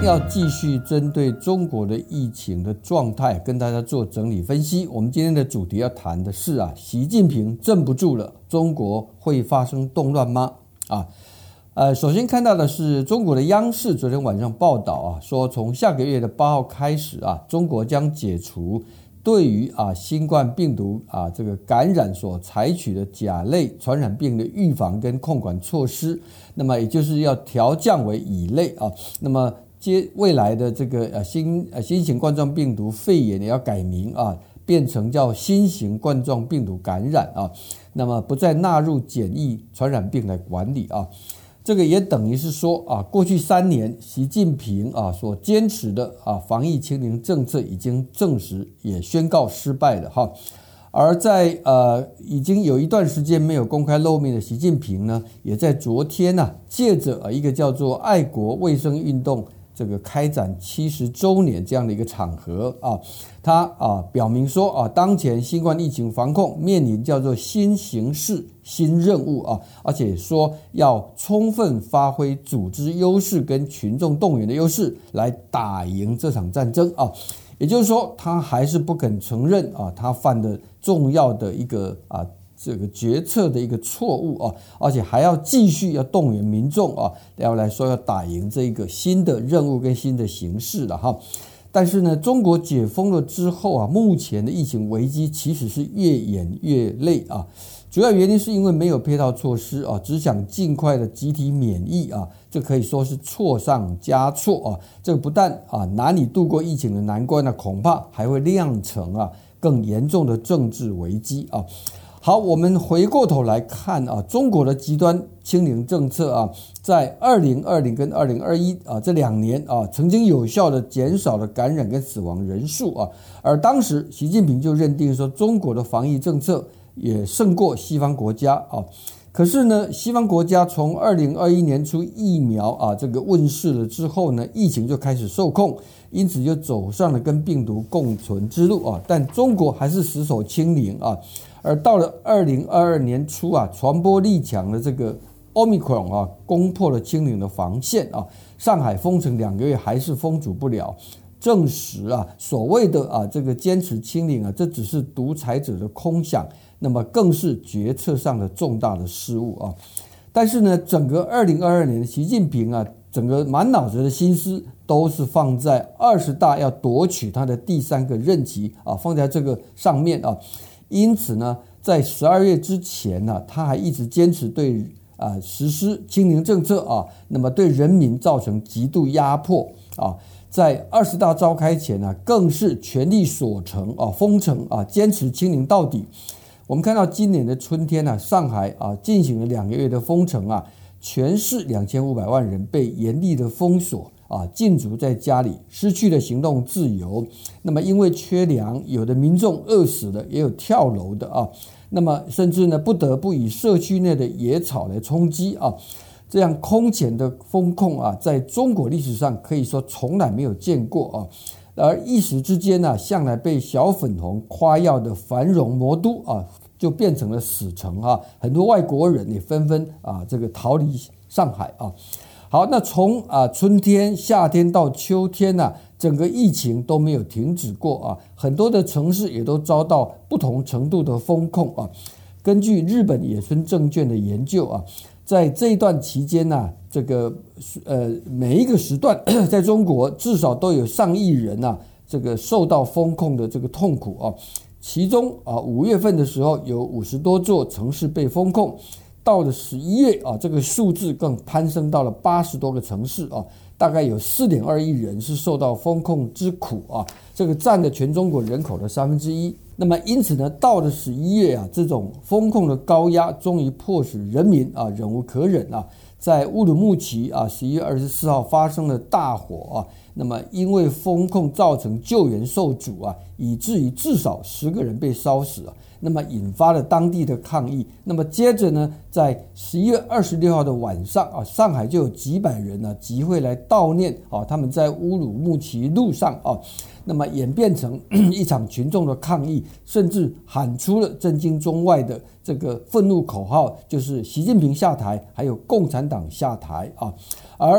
要继续针对中国的疫情的状态跟大家做整理分析。我们今天的主题要谈的是习近平镇不住了，中国会发生动乱吗？首先看到的是中国的央视昨天晚上报道说从下个月的8号开始中国将解除对于新冠病毒这个感染所采取的甲类传染病的预防跟控管措施，那么也就是要调降为乙类那么未来的这个新型冠状病毒肺炎也要改名变成叫新型冠状病毒感染那么不再纳入检疫传染病来管理这个也等于是说过去3年习近平所坚持的防疫清零政策已经证实也宣告失败了而在已经有一段时间没有公开露面的习近平呢，也在昨天借着一个叫做爱国卫生运动这个开展70周年这样的一个场合他表明说当前新冠疫情防控面临叫做新形势新任务而且说要充分发挥组织优势跟群众动员的优势来打赢这场战争也就是说他还是不肯承认他犯的重要的一个这个决策的一个错误而且还要继续要动员民众要来说要打赢这个新的任务跟新的形势了但是呢，中国解封了之后目前的疫情危机其实是越演越累主要原因是因为没有配套措施只想尽快的集体免疫这可以说是错上加错这个不但难以度过疫情的难关恐怕还会酿成更严重的政治危机好，我们回过头来看中国的极端清零政策在2020跟2021这2年曾经有效的减少了感染跟死亡人数而当时习近平就认定说中国的防疫政策也胜过西方国家可是呢，西方国家从2021年初疫苗这个问世了之后呢，疫情就开始受控，因此就走上了跟病毒共存之路但中国还是死守清零而到了2022年初传播力强的这个 Omicron 攻破了清零的防线上海封城2个月还是封阻不了，证实所谓的这个坚持清零这只是独裁者的空想，那么更是决策上的重大的失误但是呢，整个2022年习近平整个满脑子的心思都是放在20大要夺取他的第3个任期放在这个上面因此呢，在12月之前他还一直坚持对实施清零政策那么对人民造成极度压迫在20大召开前更是全力所成封城坚持清零到底。我们看到今年的春天上海进行了2个月的封城全市2500万人被严厉的封锁禁足在家里，失去了行动自由。那么因为缺粮，有的民众饿死了，也有跳楼的那么甚至呢不得不以社区内的野草来充饥这样空前的封控在中国历史上可以说从来没有见过而一时之间向来被小粉红夸耀的繁荣魔都就变成了死城很多外国人也纷纷这个逃离上海好，那从春天、夏天到秋天整个疫情都没有停止过很多的城市也都遭到不同程度的封控根据日本野村证券的研究在这一段期间这个每一个时段在中国至少都有上亿人这个受到封控的这个痛苦其中5月份的时候有50多座城市被封控，到了11月这个数字更攀升到了80多个城市大概有4.2亿人是受到封控之苦这个占了全中国人口的1/3。那么因此呢，到了11月这种封控的高压终于迫使人民忍无可忍在乌鲁木齐11月24号发生了大火那么因为封控造成救援受阻以至于至少10个人被烧死那么引发了当地的抗议。那么接着呢，在11月26号的晚上上海就有几百人集会来悼念他们在乌鲁木齐路上那么演变成一场群众的抗议，甚至喊出了震惊中外的这个愤怒口号，就是习近平下台，还有共产党下台而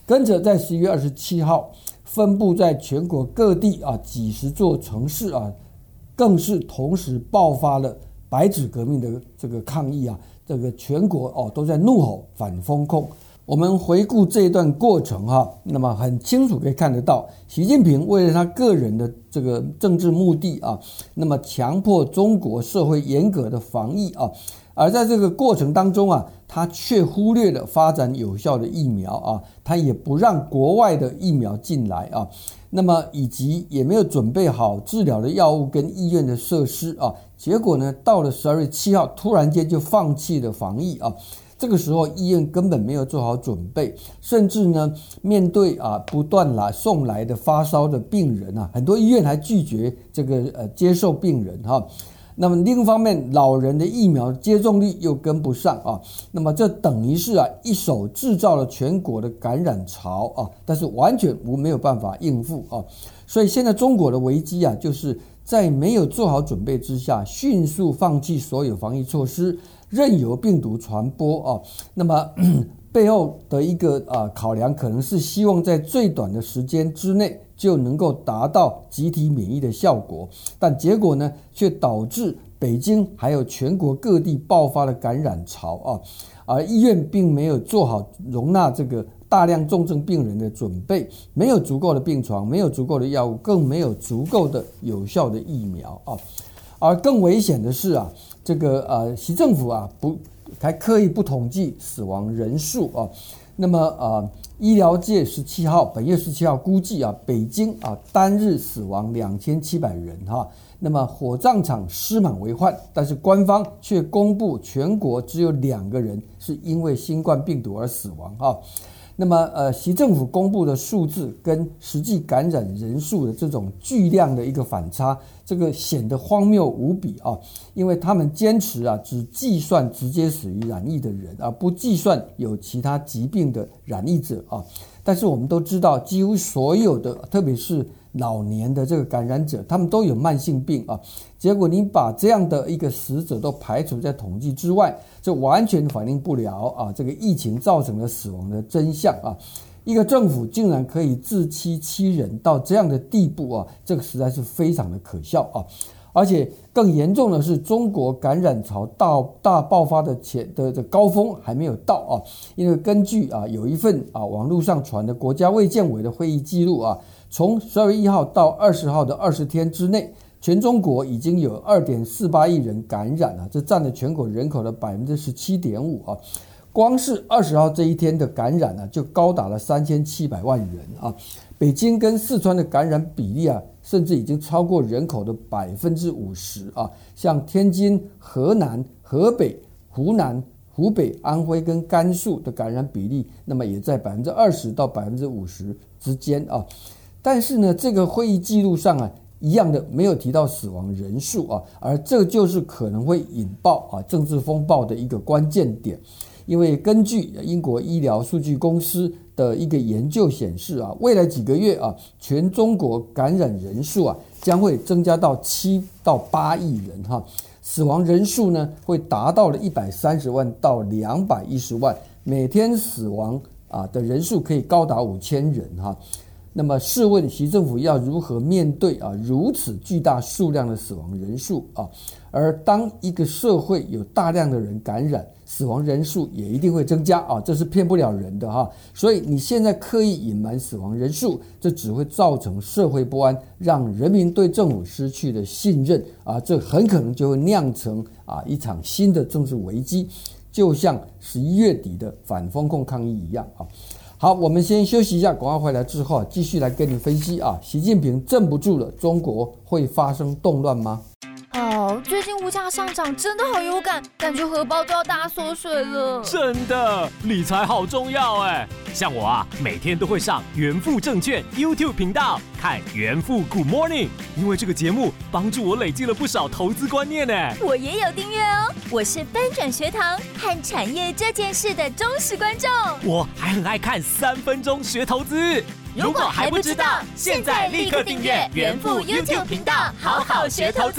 跟着在11月27号分布在全国各地几十座城市更是同时爆发了白纸革命的这个抗议这个全国都在怒吼反封控。我们回顾这一段过程那么很清楚可以看得到，习近平为了他个人的这个政治目的那么强迫中国社会严格的防疫而在这个过程当中他却忽略了发展有效的疫苗他也不让国外的疫苗进来那么以及也没有准备好治疗的药物跟医院的设施结果呢，到了12月7号突然间就放弃了防疫这个时候医院根本没有做好准备，甚至呢面对不断送来的发烧的病人很多医院还拒绝这个接受病人那么另一方面，老人的疫苗接种率又跟不上那么这等于是一手制造了全国的感染潮但是完全没有办法应付所以现在中国的危机就是在没有做好准备之下，迅速放弃所有防疫措施，任由病毒传播那么背后的一个考量可能是希望在最短的时间之内就能够达到集体免疫的效果，但结果呢却导致北京还有全国各地爆发了感染潮而医院并没有做好容纳这个大量重症病人的准备，没有足够的病床，没有足够的药物，更没有足够的有效的疫苗而更危险的是这个习政府还刻意不统计死亡人数那么医疗界本月17号估计北京单日死亡2700人那么火葬场尸满为患，但是官方却公布全国只有2个人是因为新冠病毒而死亡那么习政府公布的数字跟实际感染人数的这种巨量的一个反差，这个显得荒谬无比因为他们坚持只计算直接死于染疫的人不计算有其他疾病的染疫者但是我们都知道，几乎所有的特别是老年的这个感染者，他们都有慢性病结果你把这样的一个死者都排除在统计之外，这完全反映不了这个疫情造成的死亡的真相一个政府竟然可以自欺欺人到这样的地步这个实在是非常的可笑而且更严重的是，中国感染潮大爆发的高峰还没有到因为根据有一份网络上传的国家卫健委的会议记录从12月1号到20号的20天之内，全中国已经有 2.48 亿人感染这占了全国人口的 17.5% 光是20号这一天的感染就高达了3700万人北京跟四川的感染比例甚至已经超过人口的 50% 像天津、河南、河北、湖南、湖北、安徽跟甘肃的感染比例，那么也在 20% 到 50% 之间但是呢，这个会议记录上一样的没有提到死亡人数而这就是可能会引爆政治风暴的一个关键点。因为根据英国医疗数据公司的一个研究显示未来几个月全中国感染人数将会增加到7到8亿人死亡人数呢会达到了130万到210万，每天死亡的人数可以高达5000人那么试问习政府要如何面对如此巨大数量的死亡人数而当一个社会有大量的人感染，死亡人数也一定会增加这是骗不了人的所以你现在刻意隐瞒死亡人数，这只会造成社会不安，让人民对政府失去了信任这很可能就会酿成一场新的政治危机，就像11月底的反封控抗议一样好，我们先休息一下，广告回来之后继续来跟你分析习近平镇不住了，中国会发生动乱吗？ 最近物价上涨真的好有感，感觉荷包都要大缩水了。 真的，理财好重要哎！像我每天都会上元富证券 YouTube 频道看元富 Good Morning， 因为这个节目帮助我累积了不少投资观念哎。 我也有订阅哦，我是翻转学堂和产业这件事的忠实观众。 我还很爱看3分钟学投资。 如果还不知道，现在立刻订阅元富 YouTube 频道，好好学投资。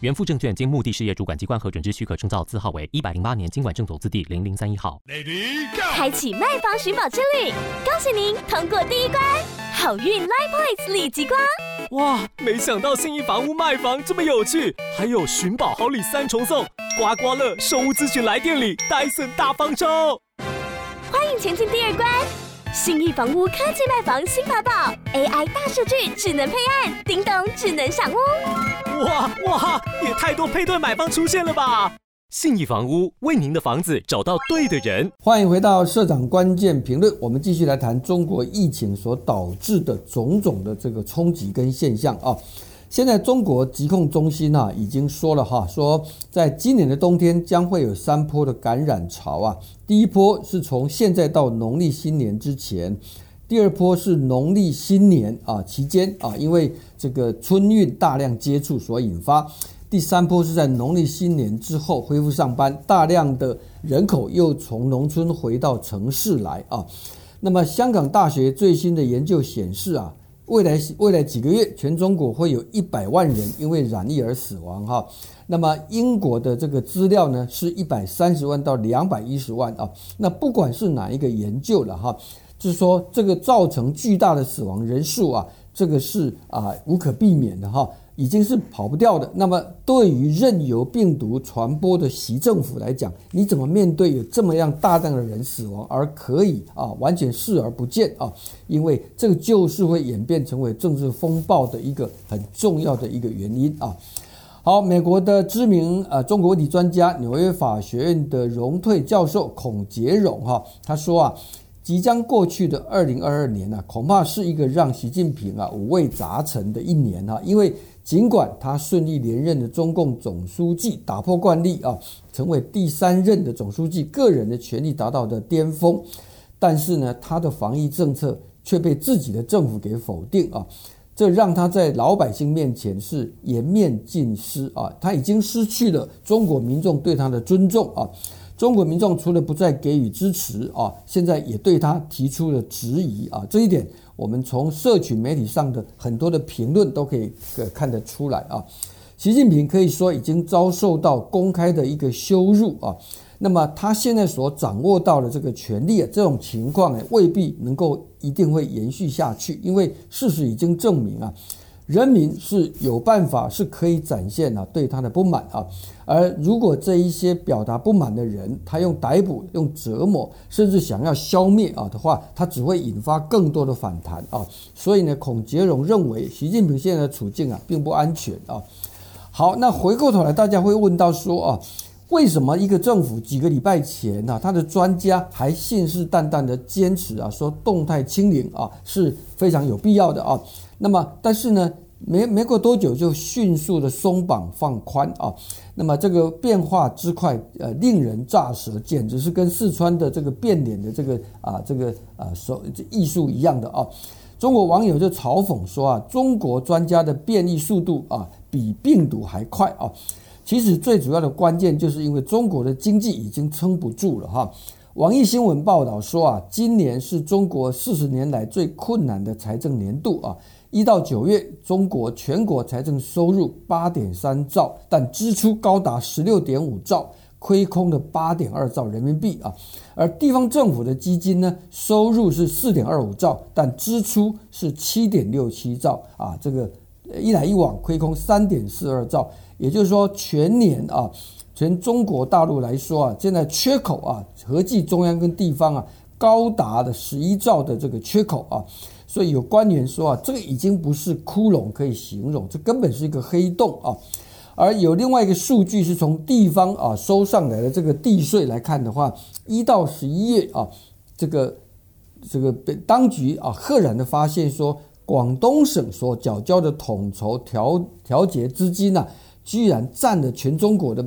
元富证券经目的事业主管机关核准之许可证照字号为108年金管证走字第0031号。 开启卖房寻宝之旅，恭喜您通过第一关，好运 Live Points 立即刮。 哇，没想到信义房屋卖房这么有趣，还有寻宝好礼3重送，刮刮乐售屋咨询来店里，戴森大方抽。 欢迎前进第二关，信义房屋科技卖房新法宝 ，AI 大数据智能配案，叮咚智能赏屋。 哇，也太多配对买方出现了吧！信义房屋为您的房子找到对的人。 欢迎回到社长关键评论，我们继续来谈中国疫情所导致的种种的这个冲击跟现象啊。现在中国疾控中心已经说了说在今年的冬天将会有3波的感染潮啊。第一波是从现在到农历新年之前，第二波是农历新年期间因为这个春运大量接触所引发，第3波是在农历新年之后恢复上班，大量的人口又从农村回到城市来啊。那么香港大学最新的研究显示未来几个月全中国会有100万人因为染疫而死亡哈。那么英国的这个资料呢是130万到210万啊。那不管是哪一个研究了哈，就是说这个造成巨大的死亡人数这个是无可避免的哈，已经是跑不掉的。那么对于任由病毒传播的习政府来讲，你怎么面对有这么样大量的人死亡而可以完全视而不见因为这个就是会演变成为政治风暴的一个很重要的一个原因好，美国的知名中国问题专家，纽约法学院的荣退教授孔杰荣他说即将过去的2022年恐怕是一个让习近平五味杂陈的一年因为尽管他顺利连任的中共总书记打破惯例成为第3任的总书记，个人的权力达到的巅峰，但是呢他的防疫政策却被自己的政府给否定这让他在老百姓面前是颜面尽失他已经失去了中国民众对他的尊重中国民众除了不再给予支持现在也对他提出了质疑这一点我们从社群媒体上的很多的评论都可以看得出来习近平可以说已经遭受到公开的一个羞辱那么他现在所掌握到的这个权力这种情况未必能够一定会延续下去，因为事实已经证明人民是有办法是可以展现对他的不满而如果这一些表达不满的人他用逮捕用折磨甚至想要消灭的话，他只会引发更多的反弹所以呢孔杰荣认为习近平现在的处境并不安全好，那回过头来大家会问到说为什么一个政府几个礼拜前他的专家还信誓旦旦的坚持说动态清零是非常有必要的那么但是呢没过多久就迅速的松绑放宽那么这个变化之快令人咋舌，简直是跟四川的这个变脸的这个艺术一样的中国网友就嘲讽说中国专家的变异速度比病毒还快其实最主要的关键就是因为中国的经济已经撑不住了网易新闻报道说今年是中国40年来最困难的财政年度1到9月中国全国财政收入 8.3 兆，但支出高达 16.5 兆，亏空了 8.2 兆人民币而地方政府的基金呢，收入是 4.25 兆，但支出是 7.67 兆这个一来一往亏空 3.42 兆，也就是说全年全中国大陆来说现在缺口合计中央跟地方高达的11兆的这个缺口所以有官员说这个已经不是窟窿可以形容，这根本是一个黑洞而有另外一个数据是从地方收上来的这个地税来看的话，1到11月这个当局赫然的发现说，广东省所缴交的统筹调节资金居然占了全中国的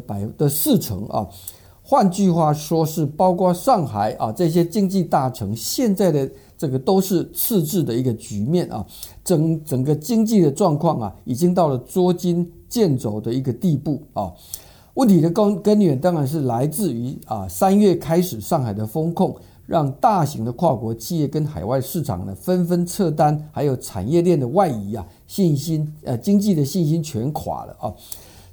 40%换句话说是包括上海这些经济大城现在的这个都是赤字的一个局面整个经济的状况已经到了捉襟见肘的一个地步问题的根源当然是来自于3月开始上海的封控，让大型的跨国企业跟海外市场呢纷纷撤单，还有产业链的外移经济的信心全垮了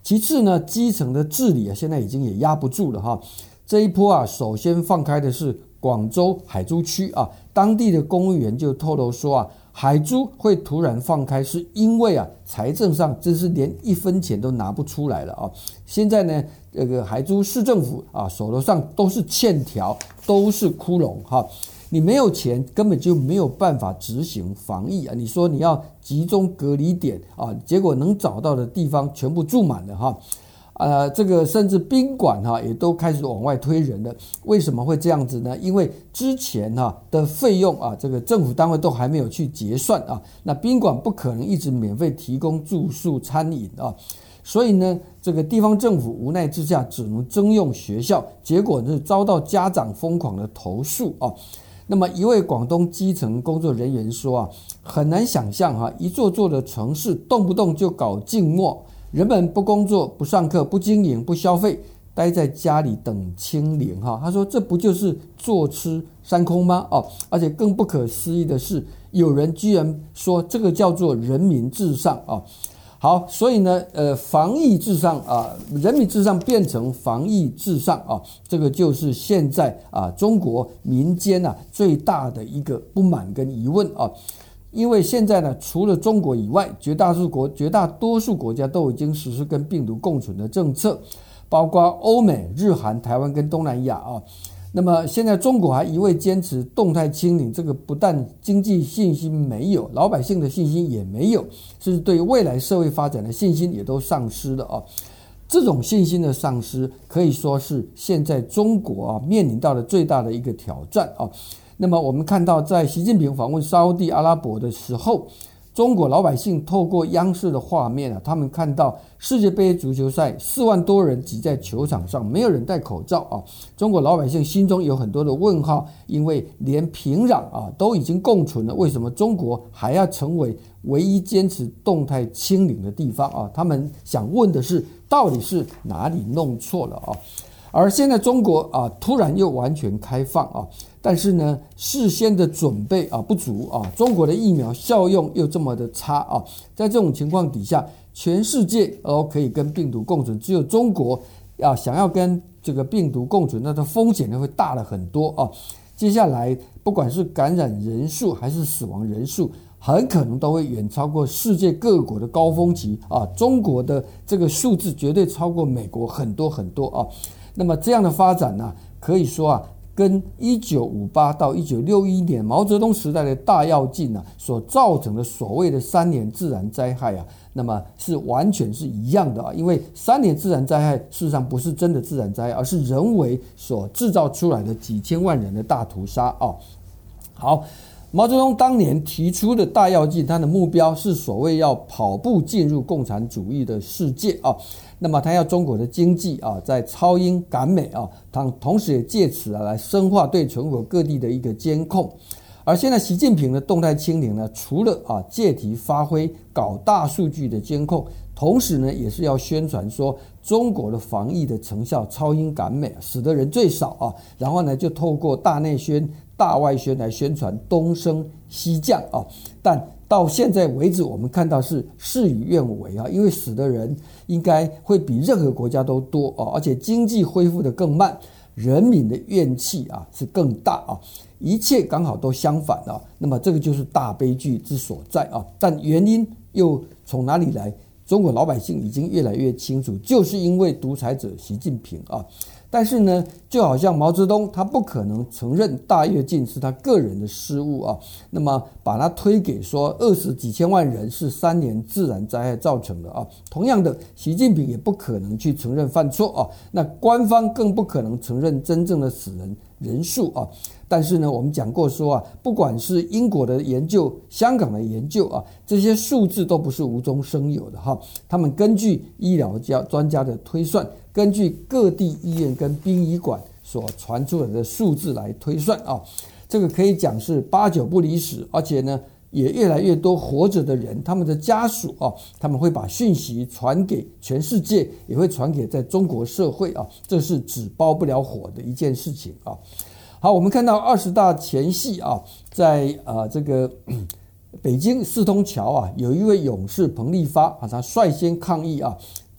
其次呢，基层的治理现在已经也压不住了这一波首先放开的是广州海珠区当地的公务员就透露说海珠会突然放开，是因为财政上真是连1分钱都拿不出来了现在呢，这个海珠市政府手头上都是欠条，都是窟窿你没有钱，根本就没有办法执行防疫你说你要集中隔离点结果能找到的地方全部住满了这个甚至宾馆也都开始往外推人了。为什么会这样子呢？因为之前的费用这个政府单位都还没有去结算那宾馆不可能一直免费提供住宿餐饮所以呢，这个地方政府无奈之下只能征用学校，结果是遭到家长疯狂的投诉那么一位广东基层工作人员说很难想象一座座的城市动不动就搞静默，人们不工作、不上课、不经营、不消费，待在家里等清零他说这不就是坐吃山空吗而且更不可思议的是，有人居然说这个叫做人民至上好，所以呢防疫至上人民至上变成防疫至上这个就是现在中国民间最大的一个不满跟疑问因为现在呢，除了中国以外，绝大多数国家都已经实施跟病毒共存的政策，包括欧美、日韩、台湾跟东南亚那么现在中国还一味坚持动态清零，这个不但经济信心没有，老百姓的信心也没有，甚至对未来社会发展的信心也都丧失了这种信心的丧失可以说是现在中国面临到的最大的一个挑战那么我们看到在习近平访问沙烏地阿拉伯的时候，中国老百姓透过央视的画面他们看到世界杯足球赛4万多人挤在球场上，没有人戴口罩中国老百姓心中有很多的问号，因为连平壤都已经共存了，为什么中国还要成为唯一坚持动态清零的地方他们想问的是，到底是哪里弄错了而现在中国突然又完全开放但是呢事先的准备不足中国的疫苗效用又这么的差在这种情况底下，全世界可以跟病毒共存，只有中国想要跟这个病毒共存，那它风险会大了很多接下来不管是感染人数还是死亡人数，很可能都会远超过世界各国的高峰期中国的这个数字绝对超过美国很多很多那么这样的发展呢，可以说跟1958到1961年毛泽东时代的大跃进所造成的所谓的3年自然灾害那么是完全是一样的因为3年自然灾害事实上不是真的自然灾害，而是人为所制造出来的几千万人的大屠杀好，毛泽东当年提出的大跃进，他的目标是所谓要跑步进入共产主义的世界那么他要中国的经济在超英赶美同时也借此来深化对全国各地的一个监控。而现在习近平的动态清零呢，除了借题发挥搞大数据的监控，同时呢也是要宣传说中国的防疫的成效超英赶美，死的人最少然后呢就透过大内宣大外宣来宣传东升西降但到现在为止我们看到是事与愿违因为死的人应该会比任何国家都多而且经济恢复得更慢，人民的怨气是更大一切刚好都相反那么这个就是大悲剧之所在但原因又从哪里来？中国老百姓已经越来越清楚，就是因为独裁者习近平但是呢，就好像毛泽东他不可能承认大跃进是他个人的失误那么把他推给说20几千万人是3年自然灾害造成的同样的，习近平也不可能去承认犯错那官方更不可能承认真正的死人人数但是呢，我们讲过说不管是英国的研究、香港的研究这些数字都不是无中生有的他们根据医疗专家的推算，根据各地医院跟殡仪馆所传出来的数字来推算这个可以讲是8、9不离十，而且呢也越来越多活着的人，他们的家属他们会把讯息传给全世界，也会传给在中国社会这是纸包不了火的一件事情好，我们看到20大前夕在这个北京四通桥有一位勇士彭立发他率先抗议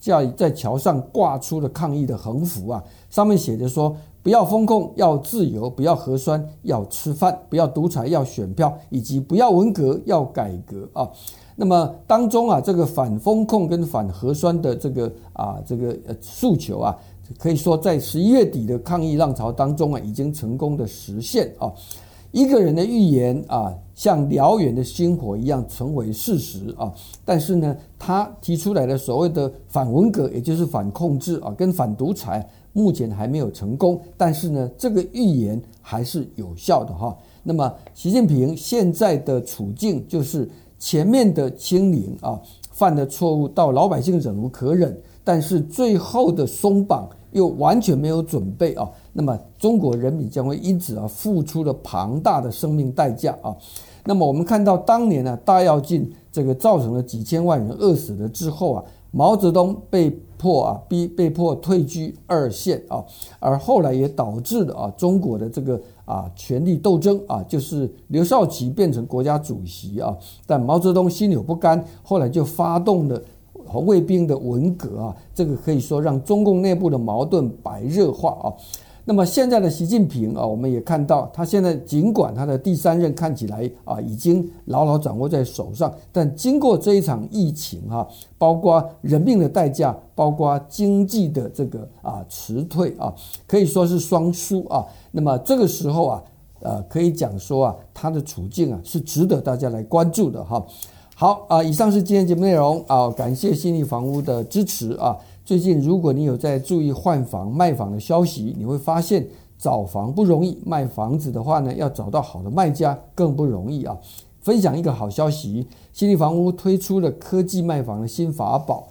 在桥上挂出了抗议的横幅啊，上面写着说，不要封控，要自由；不要核酸，要吃饭；不要独裁，要选票；以及不要文革，要改革啊。那么当中啊，这个反封控跟反核酸的这个诉求啊，可以说在11月底的抗议浪潮当中啊，已经成功的实现啊。一个人的预言啊，像燎原的星火一样成为事实啊。但是呢，他提出来的所谓的反文革，也就是反控制啊，跟反独裁，目前还没有成功。但是呢，这个预言还是有效的哈。那么，习近平现在的处境就是前面的清零啊，犯的错误到老百姓忍无可忍，但是最后的松绑又完全没有准备啊，那么中国人民将会因此啊付出了庞大的生命代价啊。那么我们看到当年啊大跃进这个造成了几千万人饿死了之后啊，毛泽东被迫退居二线啊，而后来也导致了啊中国的这个权力斗争啊，就是刘少奇变成国家主席啊，但毛泽东心有不甘，后来就发动了红卫兵的文革啊，这个可以说让中共内部的矛盾白热化啊。那么现在的习近平啊，我们也看到他现在尽管他的第3任看起来啊已经牢牢掌握在手上，但经过这一场疫情啊，包括人命的代价，包括经济的这个辞退啊，可以说是双输啊。那么这个时候啊，可以讲说啊，他的处境啊是值得大家来关注的哈。好以上是今天节目内容感谢信义房屋的支持啊。最近如果你有在注意换房卖房的消息，你会发现找房不容易，卖房子的话呢，要找到好的卖家更不容易啊。分享一个好消息，信义房屋推出了科技卖房的新法宝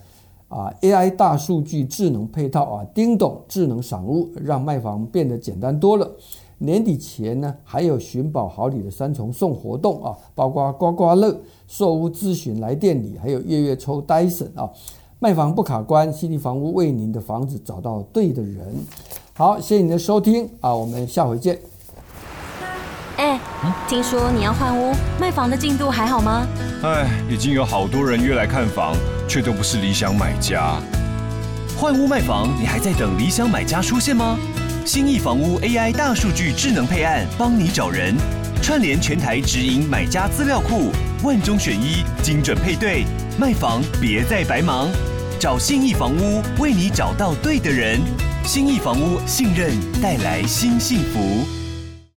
AI 大数据智能配套叮咚智能赏屋，让卖房变得简单多了。年底前呢，还有寻宝好礼的3重送活动包括刮刮乐、售屋咨询来店里，还有月月抽 Dyson 卖房不卡关，信义房屋为您的房子找到对的人。好，谢谢你的收听我们下回见。 听说你要换屋，卖房的进度还好吗？ 已经有好多人约来看房，却都不是理想买家。 换屋卖房，你还在等理想买家出现吗？信义房屋 AI 大数据智能配案，帮你找人，串联全台直营买家资料库，万中选一，精准配对，卖房别再白忙，找信义房屋，为你找到对的人。信义房屋，信任带来新幸福。